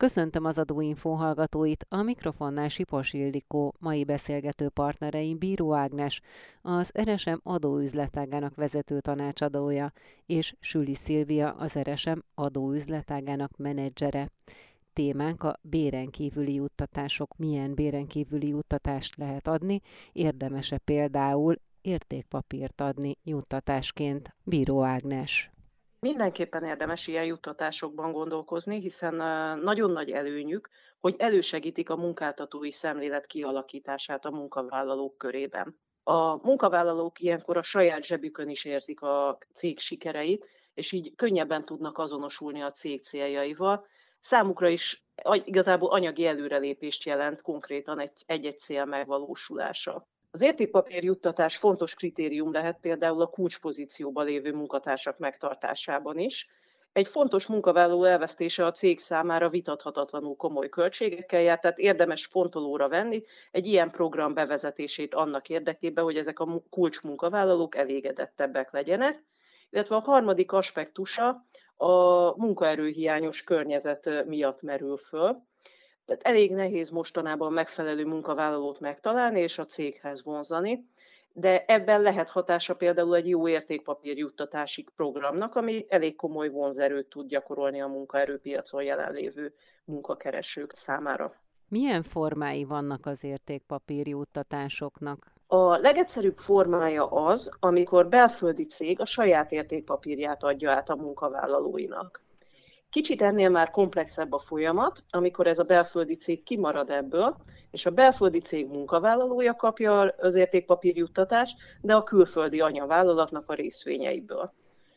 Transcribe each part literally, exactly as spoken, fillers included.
Köszöntöm az Adóinfo hallgatóit, a mikrofonnál Sipos Ildikó, mai beszélgető partnereim Bíró Ágnes, az er es em adóüzletágának vezető tanácsadója, és Süli Szilvia, az er es em adóüzletágának menedzsere. Témánk a béren kívüli juttatások. Milyen béren kívüli juttatást lehet adni? Érdemes-e például értékpapírt adni juttatásként? Bíró Ágnes. Mindenképpen érdemes ilyen juttatásokban gondolkozni, hiszen nagyon nagy előnyük, hogy elősegítik a munkáltatói szemlélet kialakítását a munkavállalók körében. A munkavállalók ilyenkor a saját zsebükön is érzik a cég sikereit, és így könnyebben tudnak azonosulni a cég céljaival. Számukra is igazából anyagi előrelépést jelent konkrétan egy-egy cél megvalósulása. Az értékpapír juttatás fontos kritérium lehet például a kulcspozícióban lévő munkatársak megtartásában is. Egy fontos munkavállaló elvesztése a cég számára vitathatatlanul komoly költségekkel jár, tehát érdemes fontolóra venni egy ilyen program bevezetését annak érdekében, hogy ezek a kulcsmunkavállalók elégedettebbek legyenek. Illetve a harmadik aspektusa a munkaerőhiányos környezet miatt merül föl. Tehát elég nehéz mostanában megfelelő munkavállalót megtalálni és a céghez vonzani, de ebben lehet hatása például egy jó értékpapír juttatási programnak, ami elég komoly vonzerőt tud gyakorolni a munkaerőpiacon jelenlévő munkakeresők számára. Milyen formái vannak az értékpapír juttatásoknak? A legegyszerűbb formája az, amikor belföldi cég a saját értékpapírját adja át a munkavállalóinak. Kicsit ennél már komplexebb a folyamat, amikor ez a belföldi cég kimarad ebből, és a belföldi cég munkavállalója kapja az értékpapír juttatást, de a külföldi anyavállalatnak a részvényeiből.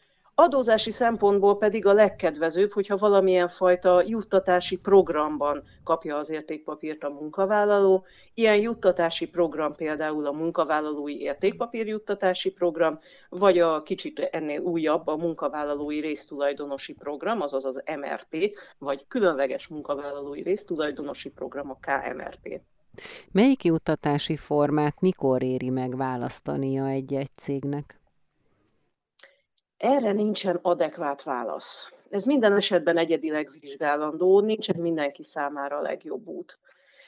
Adózási szempontból pedig a legkedvezőbb, hogyha valamilyen fajta juttatási programban kapja az értékpapírt a munkavállaló. Ilyen juttatási program például a munkavállalói értékpapírjuttatási program, vagy a kicsit ennél újabb a munkavállalói résztulajdonosi program, azaz az em er pé, vagy különleges munkavállalói résztulajdonosi program, a ká em er pé. Melyik juttatási formát mikor éri meg választania egy-egy cégnek? Erre nincsen adekvát válasz. Ez minden esetben egyedileg vizsgálandó, nincsen mindenki számára a legjobb út.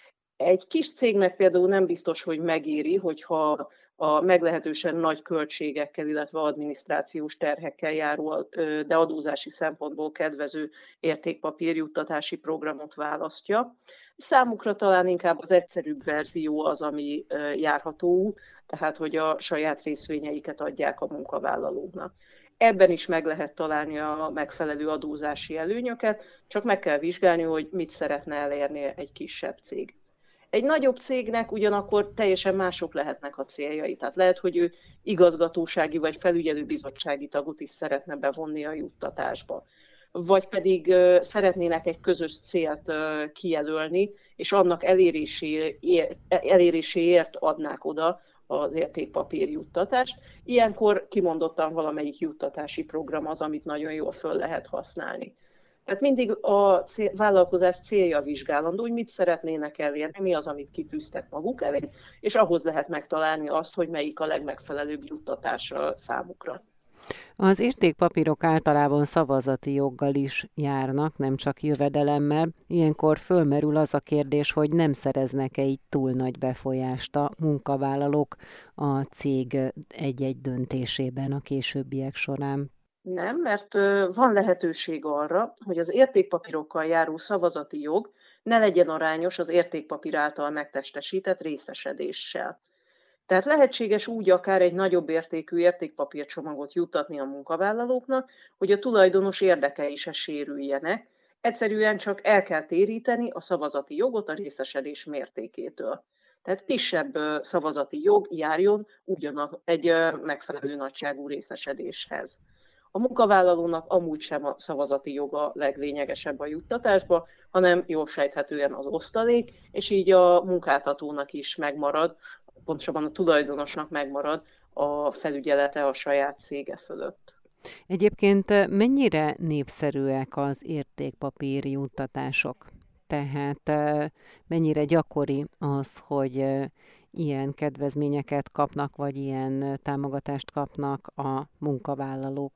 Egy kis cégnek például nem biztos, hogy megéri, hogyha a meglehetősen nagy költségekkel, illetve adminisztrációs terhekkel járó, de adózási szempontból kedvező értékpapírjuttatási programot választja. Számukra talán inkább az egyszerűbb verzió az, ami járható, tehát hogy a saját részvényeiket adják a munkavállalóknak. Ebben is meg lehet találni a megfelelő adózási előnyöket, csak meg kell vizsgálni, hogy mit szeretne elérni egy kisebb cég. Egy nagyobb cégnek ugyanakkor teljesen mások lehetnek a céljai. Tehát lehet, hogy ő igazgatósági vagy felügyelőbizottsági tagot is szeretne bevonni a juttatásba. Vagy pedig szeretnének egy közös célt kijelölni, és annak eléréséért, eléréséért adnák oda az értékpapír juttatást. Ilyenkor kimondottan valamelyik juttatási program az, amit nagyon jól föl lehet használni. Tehát mindig a cél, vállalkozás célja vizsgálandó, hogy mit szeretnének elérni, mi az, amit kitűztek maguk elé, és ahhoz lehet megtalálni azt, hogy melyik a legmegfelelőbb juttatásra számukra. Az értékpapírok általában szavazati joggal is járnak, nem csak jövedelemmel. Ilyenkor fölmerül az a kérdés, hogy nem szereznek-e így túl nagy befolyást a munkavállalók a cég egy-egy döntésében a későbbiek során. Nem, mert van lehetőség arra, hogy az értékpapírokkal járó szavazati jog ne legyen arányos az értékpapír által megtestesített részesedéssel. Tehát lehetséges úgy akár egy nagyobb értékű értékpapírcsomagot juttatni a munkavállalóknak, hogy a tulajdonos érdekei se sérüljenek, egyszerűen csak el kell téríteni a szavazati jogot a részesedés mértékétől. Tehát kisebb szavazati jog járjon ugyanak egy megfelelő nagyságú részesedéshez. A munkavállalónak amúgy sem a szavazati joga leglényegesebb a juttatásba, hanem jól sejthetően az osztalék, és így a munkáltatónak is megmarad, pontosabban a tulajdonosnak megmarad a felügyelete a saját cége fölött. Egyébként mennyire népszerűek az értékpapír juttatások? Tehát mennyire gyakori az, hogy ilyen kedvezményeket kapnak, vagy ilyen támogatást kapnak a munkavállalók?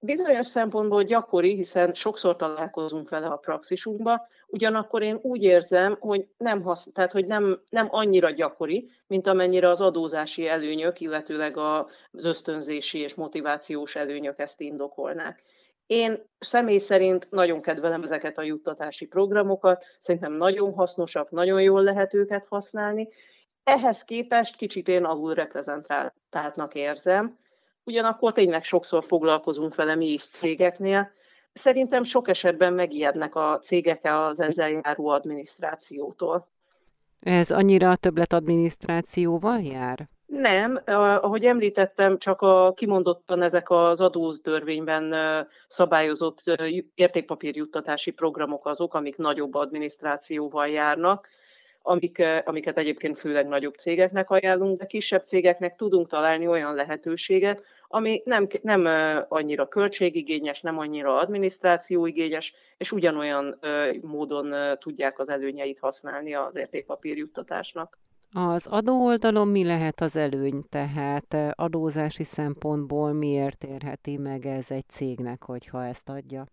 Bizonyos szempontból gyakori, hiszen sokszor találkozunk vele a praxisunkban, ugyanakkor én úgy érzem, hogy nem, hasz, tehát, hogy nem, nem annyira gyakori, mint amennyire az adózási előnyök, illetőleg az ösztönzési és motivációs előnyök ezt indokolnák. Én személy szerint nagyon kedvelem ezeket a juttatási programokat, szerintem nagyon hasznosak, nagyon jól lehet őket használni. Ehhez képest kicsit én alulreprezentáltnak érzem, ugyanakkor tényleg sokszor foglalkozunk vele mi is cégeknél. Szerintem sok esetben megijednek a cégek az ezzel járó adminisztrációtól. Ez annyira többletadminisztrációval jár? Nem, ahogy említettem, csak a, kimondottan ezek az adótörvényben szabályozott értékpapírjuttatási programok azok, amik nagyobb adminisztrációval járnak, amik, amiket egyébként főleg nagyobb cégeknek ajánlunk, de kisebb cégeknek tudunk találni olyan lehetőséget, ami nem, nem annyira költségigényes, nem annyira adminisztrációigényes, és ugyanolyan módon tudják az előnyeit használni az értékpapírjuttatásnak. Az adó oldalon mi lehet az előny, tehát adózási szempontból miért érheti meg ez egy cégnek, hogyha ezt adja?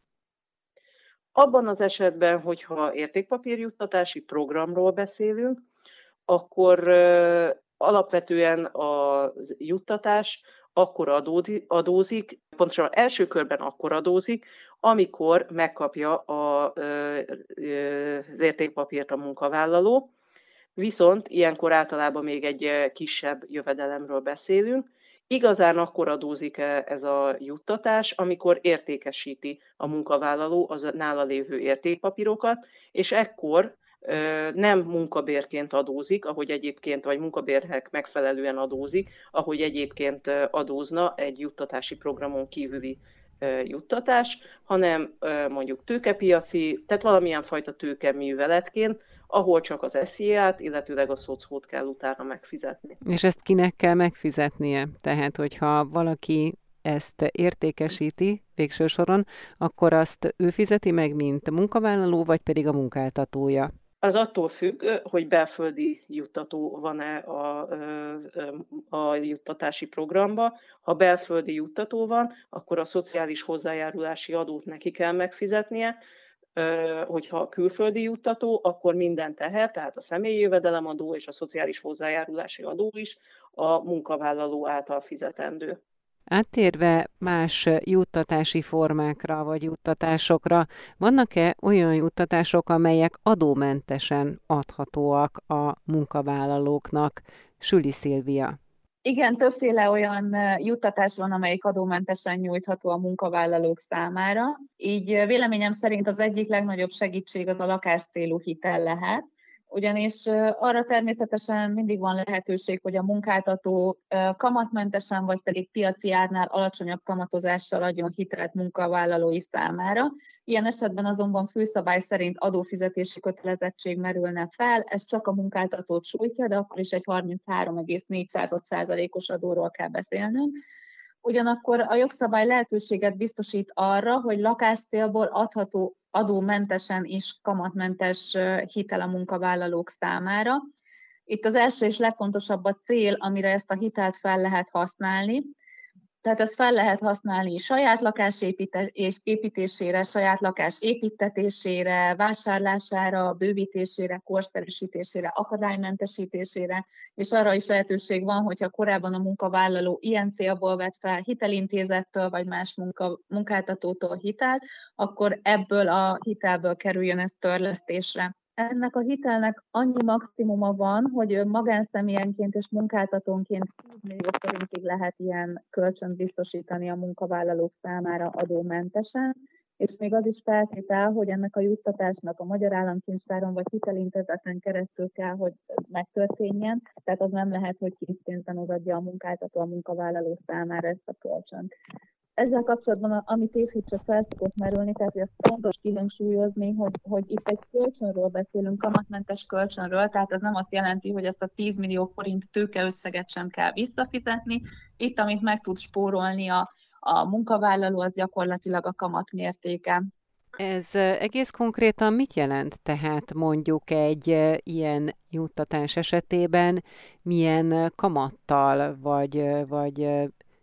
Abban az esetben, hogyha értékpapírjuttatási programról beszélünk, akkor alapvetően a juttatás akkor adózik, pontosan első körben akkor adózik, amikor megkapja az értékpapírt a munkavállaló, viszont ilyenkor általában még egy kisebb jövedelemről beszélünk. Igazán akkor adózik ez a juttatás, amikor értékesíti a munkavállaló az nála lévő értékpapírokat, és ekkor nem munkabérként adózik, ahogy egyébként, vagy munkabérnek megfelelően adózik, ahogy egyébként adózna egy juttatási programon kívüli juttatás, hanem mondjuk tőkepiaci, tehát valamilyen fajta tőkeműveletként, ahol csak az es zé á-t, illetőleg a szocót kell utána megfizetni. És ezt kinek kell megfizetnie? Tehát, hogyha valaki ezt értékesíti végső soron, akkor azt ő fizeti meg, mint munkavállaló, vagy pedig a munkáltatója? Az attól függ, hogy belföldi juttató van-e a, a juttatási programba. Ha belföldi juttató van, akkor a szociális hozzájárulási adót neki kell megfizetnie. Hogyha külföldi juttató, akkor minden teher, tehát a személyi jövedelemadó és a szociális hozzájárulási adó is a munkavállaló által fizetendő. Áttérve más juttatási formákra vagy juttatásokra, vannak-e olyan juttatások, amelyek adómentesen adhatóak a munkavállalóknak? Süli Szilvia. Igen, többféle olyan juttatás van, amelyik adómentesen nyújtható a munkavállalók számára. Így véleményem szerint az egyik legnagyobb segítség az a lakáscélú hitel lehet, ugyanis arra természetesen mindig van lehetőség, hogy a munkáltató kamatmentesen, vagy pedig piaci árnál alacsonyabb kamatozással adjon hitelt munkavállalói számára. Ilyen esetben azonban főszabály szerint adófizetési kötelezettség merülne fel, ez csak a munkáltatót sújtja, de akkor is egy harminchárom egész négy százalékos adóról kell beszélnünk. Ugyanakkor a jogszabály lehetőséget biztosít arra, hogy lakáscélból adható adómentesen is kamatmentes hitel a munkavállalók számára. Itt az első és legfontosabb a cél, amire ezt a hitelt fel lehet használni. Tehát ezt fel lehet használni saját lakás építésére, saját lakás építtetésére, vásárlására, bővítésére, korszerűsítésére, akadálymentesítésére, és arra is lehetőség van, hogyha korábban a munkavállaló ilyen célból vett fel hitelintézettől vagy más munka, munkáltatótól hitelt, akkor ebből a hitelből kerüljön ez törlesztésre. Ennek a hitelnek annyi maximuma van, hogy magánszemélyenként és munkáltatónként tíz millió forintig lehet ilyen kölcsönt biztosítani a munkavállalók számára adómentesen, és még az is feltétel, hogy ennek a juttatásnak a Magyar Államkincstáron vagy hitelintézeten keresztül kell, hogy megtörténjen, tehát az nem lehet, hogy készpénzben odaadja a munkáltató a munkavállaló számára ezt a kölcsönt. Ezzel kapcsolatban, amit itt csak fel szokott merülni, tehát hogy azt fontos kihangsúlyozni, hogy, hogy itt egy kölcsönről beszélünk, kamatmentes kölcsönről, tehát ez nem azt jelenti, hogy ezt a tíz millió forint tőkeösszeget sem kell visszafizetni. Itt, amit meg tud spórolni a, a munkavállaló, az gyakorlatilag a kamat mértéke. Ez egész konkrétan mit jelent? Tehát mondjuk egy ilyen juttatás esetében milyen kamattal, vagy, vagy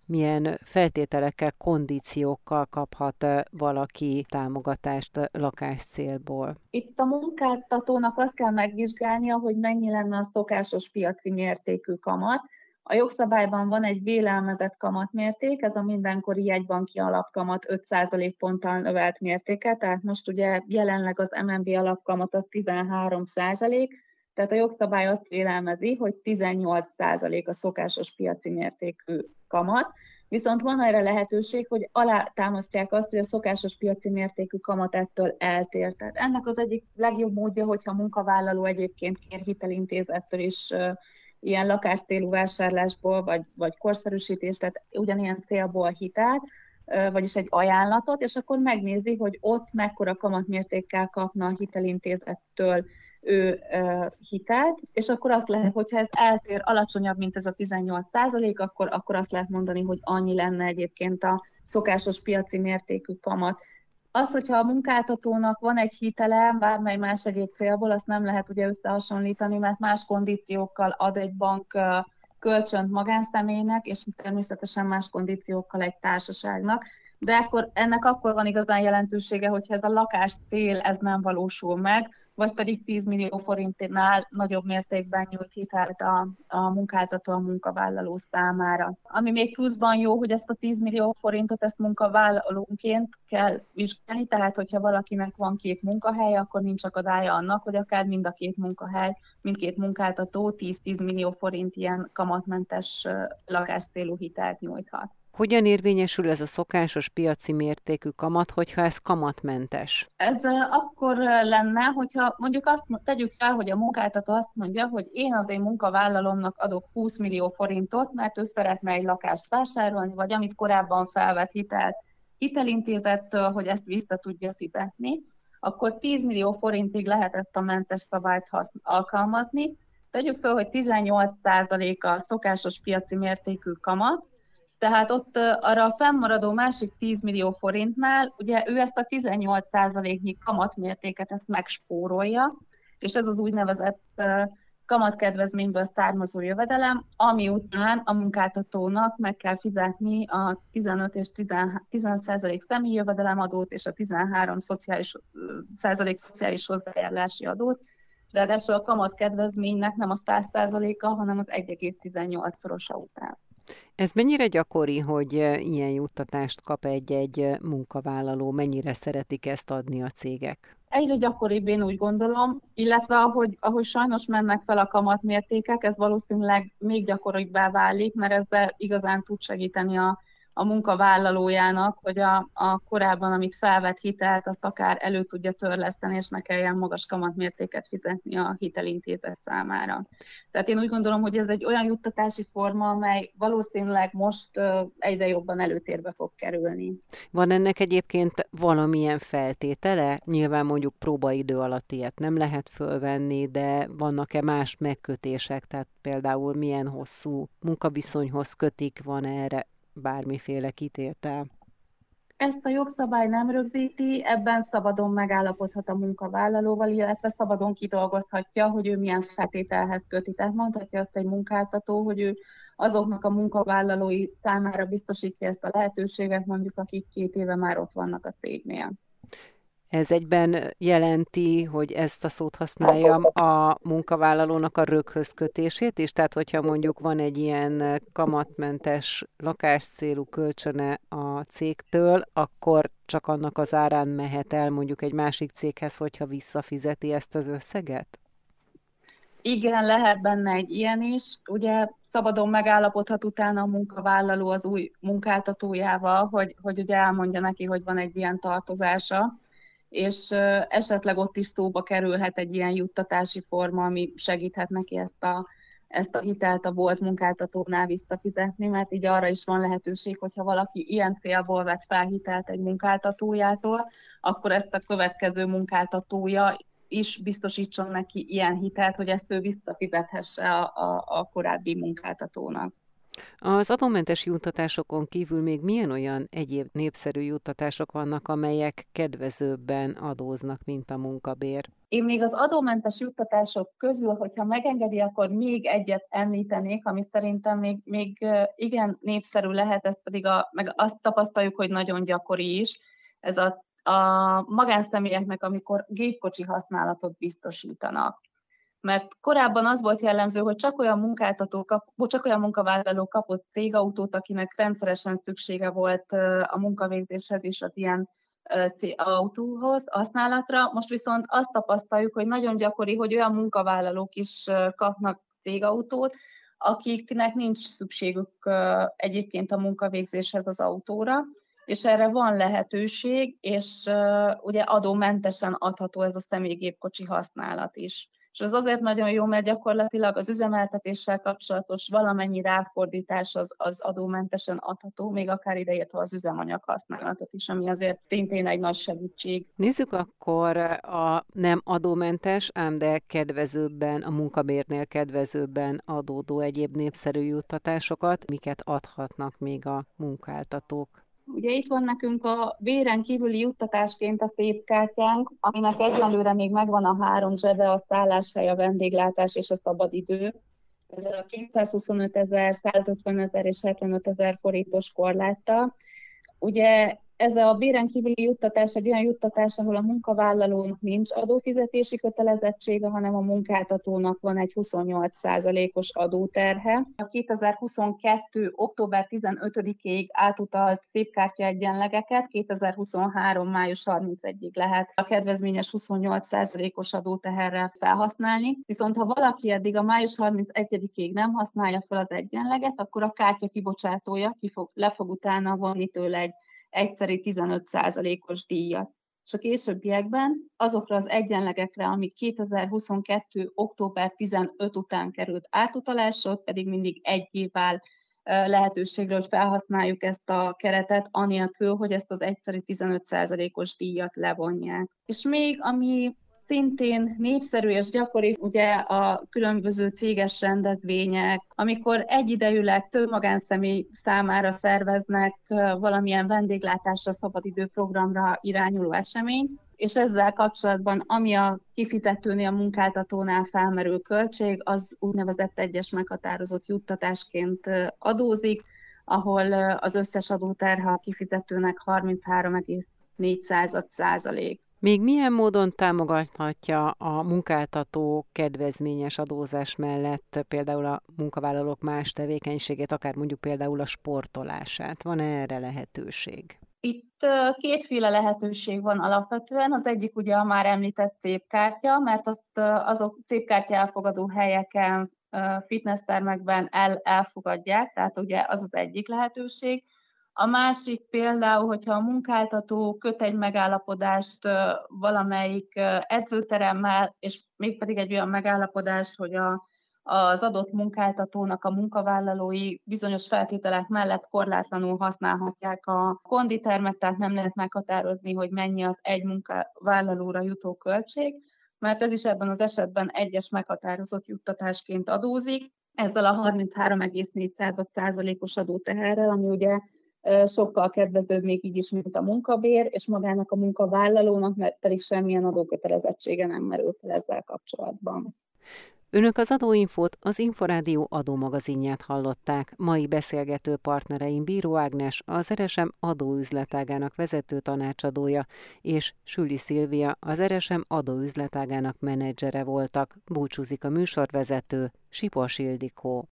milyen feltételekkel, kondíciókkal kaphat valaki támogatást lakáscélból? Itt a munkáltatónak azt kell megvizsgálnia, hogy mennyi lenne a szokásos piaci mértékű kamat. A jogszabályban van egy vélelmezett kamatmérték, ez a mindenkori jegybanki alapkamat öt százalékponttal növelt mértéke, tehát most ugye jelenleg az em en bé alapkamat az tizenhárom százalék, tehát a jogszabály azt vélelmezi, hogy tizennyolc százalék a szokásos piaci mértékű kamat, viszont van erre lehetőség, hogy alátámasztják azt, hogy a szokásos piaci mértékű kamat ettől eltér. Tehát ennek az egyik legjobb módja, hogyha a munkavállaló egyébként kér hitelintézettől is ilyen lakáscélú vásárlásból, vagy, vagy korszerűsítést, tehát ugyanilyen célból hitelt, vagyis egy ajánlatot, és akkor megnézi, hogy ott mekkora kamatmértékkel kapna a hitelintézettől ő uh, hitelt, és akkor azt lehet, hogyha ez eltér alacsonyabb, mint ez a tizennyolc százalék, akkor, akkor azt lehet mondani, hogy annyi lenne egyébként a szokásos piaci mértékű kamat. Az, hogyha a munkáltatónak van egy hitele, bármely más egyéb célból, azt nem lehet ugye összehasonlítani, mert más kondíciókkal ad egy bank uh, kölcsönt magánszemélynek, és természetesen más kondíciókkal egy társaságnak. De akkor, ennek akkor van igazán jelentősége, hogyha ez a lakáscél ez nem valósul meg, vagy pedig tíz millió forintnál nagyobb mértékben nyújt hitelt a, a munkáltató a munkavállaló számára. Ami még pluszban jó, hogy ezt a tíz millió forintot ezt munkavállalónként kell vizsgálni, tehát hogyha valakinek van két munkahely, akkor nincs akadálya annak, hogy akár mind a két munkahely, mindkét munkáltató tíz-tíz millió forint ilyen kamatmentes lakáscélú hitelt nyújthat. Hogyan érvényesül ez a szokásos piaci mértékű kamat, hogyha ez kamatmentes? Ez akkor lenne, hogyha mondjuk azt tegyük fel, hogy a munkáltató azt mondja, hogy én az én munkavállalomnak adok húsz millió forintot, mert ő szeretne egy lakást vásárolni, vagy amit korábban felvett hitelt hitelintézettől, hogy ezt vissza tudja fizetni, akkor tíz millió forintig lehet ezt a mentes szabályt alkalmazni. Tegyük fel, hogy tizennyolc százalék a szokásos piaci mértékű kamat, tehát ott arra a fennmaradó másik tíz millió forintnál, ugye ő ezt a tizennyolc százaléknyi kamatmértéket ezt megspórolja, és ez az úgynevezett kamatkedvezményből származó jövedelem, ami után a munkáltatónak meg kell fizetni a tizenöt és tizenöt százalék személyi jövedelemadót és a tizenhárom százalék szociális hozzájárulási adót. Ráadásul a kamatkedvezménynek nem a száz százaléka, hanem az egy egész tizennyolc-szorosa után. Ez mennyire gyakori, hogy ilyen juttatást kap egy-egy munkavállaló? Mennyire szeretik ezt adni a cégek? Egyre gyakoribb, én úgy gondolom, illetve ahogy, ahogy sajnos mennek fel a kamatmértékek, ez valószínűleg még gyakoribbá válik, mert ezzel igazán tud segíteni a, a munkavállalójának, hogy a, a korábban, amit felvett hitelt, azt akár elő tudja törleszteni, és ne kelljen magas kamatmértéket fizetni a hitelintézet számára. Tehát én úgy gondolom, hogy ez egy olyan juttatási forma, amely valószínűleg most uh, egyre jobban előtérbe fog kerülni. Van ennek egyébként valamilyen feltétele? Nyilván mondjuk próbaidő alatt ilyet nem lehet fölvenni, de vannak-e más megkötések? Tehát például milyen hosszú munkaviszonyhoz kötik, van erre bármiféle kitétel? Ezt a jogszabály nem rögzíti, ebben szabadon megállapodhat a munkavállalóval, illetve szabadon kidolgozhatja, hogy ő milyen feltételhez köti. Tehát mondhatja azt egy munkáltató, hogy ő azoknak a munkavállalói számára biztosítja ezt a lehetőséget, mondjuk akik két éve már ott vannak a cégnél. Ez egyben jelenti, hogy ezt a szót használjam, a munkavállalónak a röghöz kötését is, tehát hogyha mondjuk van egy ilyen kamatmentes lakáscélú kölcsöne a cégtől, akkor csak annak az árán mehet el mondjuk egy másik céghez, hogyha visszafizeti ezt az összeget? Igen, lehet benne egy ilyen is. Ugye szabadon megállapodhat utána a munkavállaló az új munkáltatójával, hogy, hogy ugye elmondja neki, hogy van egy ilyen tartozása, és esetleg ott is szóba kerülhet egy ilyen juttatási forma, ami segíthet neki ezt a, ezt a hitelt a volt munkáltatónál visszafizetni, mert így arra is van lehetőség, hogyha valaki ilyen célból vett fel hitelt egy munkáltatójától, akkor ezt a következő munkáltatója is biztosítson neki ilyen hitelt, hogy ezt ő visszafizethesse a, a, a korábbi munkáltatónak. Az adómentes juttatásokon kívül még milyen olyan egyéb népszerű juttatások vannak, amelyek kedvezőbben adóznak, mint a munkabér? Én még az adómentes juttatások közül, hogyha megengedi, akkor még egyet említenék, ami szerintem még, még igen népszerű lehet, ez pedig a, meg azt tapasztaljuk, hogy nagyon gyakori is, ez a, a magánszemélyeknek, amikor gépkocsi használatot biztosítanak. Mert korábban az volt jellemző, hogy csak olyan munkáltató, kap, csak olyan munkavállaló kapott cégautót, akinek rendszeresen szüksége volt a munkavégzéshez és az ilyen autóhoz, használatra. Most viszont azt tapasztaljuk, hogy nagyon gyakori, hogy olyan munkavállalók is kapnak cégautót, akiknek nincs szükségük egyébként a munkavégzéshez az autóra, és erre van lehetőség, és ugye adómentesen adható ez a személygépkocsi használat is. És ez azért nagyon jó, mert gyakorlatilag az üzemeltetéssel kapcsolatos valamennyi ráfordítás az, az adómentesen adható, még akár ideértve az üzemanyag használatot is, ami azért szintén egy nagy segítség. Nézzük akkor a nem adómentes, ám de kedvezőbben, a munkabérnél kedvezőbben adódó egyéb népszerű juttatásokat, miket adhatnak még a munkáltatók. Ugye itt van nekünk a béren kívüli juttatásként a szépkártyánk, aminek egyelőre még megvan a három zsebe, a szálláshely, a vendéglátás és a szabadidő. Ezzel a kétszázhuszonötezer, százötvenezer és hetvenötezer forintos korláttal. Ugye ez a béren kívüli juttatás egy olyan juttatás, ahol a munkavállalónak nincs adófizetési kötelezettsége, hanem a munkáltatónak van egy huszonnyolc százalékos adóterhe. A kétezer-huszonkettő. október tizenötödikéig átutalt szépkártya egyenlegeket kétezer-huszonhárom. május harmincegyedikéig lehet a kedvezményes huszonnyolc százalékos adóteherrel felhasználni. Viszont ha valaki eddig a május harmincegyedikéig nem használja fel az egyenleget, akkor a kártya kibocsátója ki fog, le fog utána vonni tőle egy egyszeri tizenöt százalékos díjat. És a későbbiekben azokra az egyenlegekre, amik kétezer-huszonkettő. október tizenötödike után került átutalásra, pedig mindig egy évvel lehetőségről, hogy felhasználjuk ezt a keretet, anélkül, hogy ezt az egyszeri tizenöt százalékos díjat levonják. És még ami szintén népszerű és gyakori, ugye a különböző céges rendezvények, amikor egyidejűleg több magánszemély számára szerveznek valamilyen vendéglátásra, szabadidőprogramra irányuló eseményt, és ezzel kapcsolatban, ami a kifizetőnél, a munkáltatónál felmerül költség, az úgynevezett egyes meghatározott juttatásként adózik, ahol az összes adóterhe a kifizetőnek harminchárom egész négy százalék. Még milyen módon támogathatja a munkáltató kedvezményes adózás mellett például a munkavállalók más tevékenységét, akár mondjuk például a sportolását? Van erre lehetőség? Itt kétféle lehetőség van alapvetően. Az egyik ugye a már említett szépkártya, mert azt azok szépkártya elfogadó helyeken, fitnesstermekben el, elfogadják, tehát ugye az az egyik lehetőség. A másik például, hogyha a munkáltató köt egy megállapodást valamelyik edzőteremmel, és mégpedig egy olyan megállapodást, hogy a, az adott munkáltatónak a munkavállalói bizonyos feltételek mellett korlátlanul használhatják a konditermet, tehát nem lehet meghatározni, hogy mennyi az egy munkavállalóra jutó költség, mert ez is ebben az esetben egyes meghatározott juttatásként adózik, ezzel a harminchárom egész négy százalékos adóteherrel, ami ugye sokkal kedvezőbb még így is, mint a munkabér, és magának a munkavállalónak, mert pedig semmilyen adókötelezettsége nem merül fel ezzel kapcsolatban. Önök az Adóinfót, az Inforádió adómagazinját hallották. Mai beszélgető partnereim Bíró Ágnes, az er es em adóüzletágának vezető tanácsadója, és Süli Szilvia, az er es em adóüzletágának menedzsere voltak. Búcsúzik a műsorvezető, Sipos Ildikó.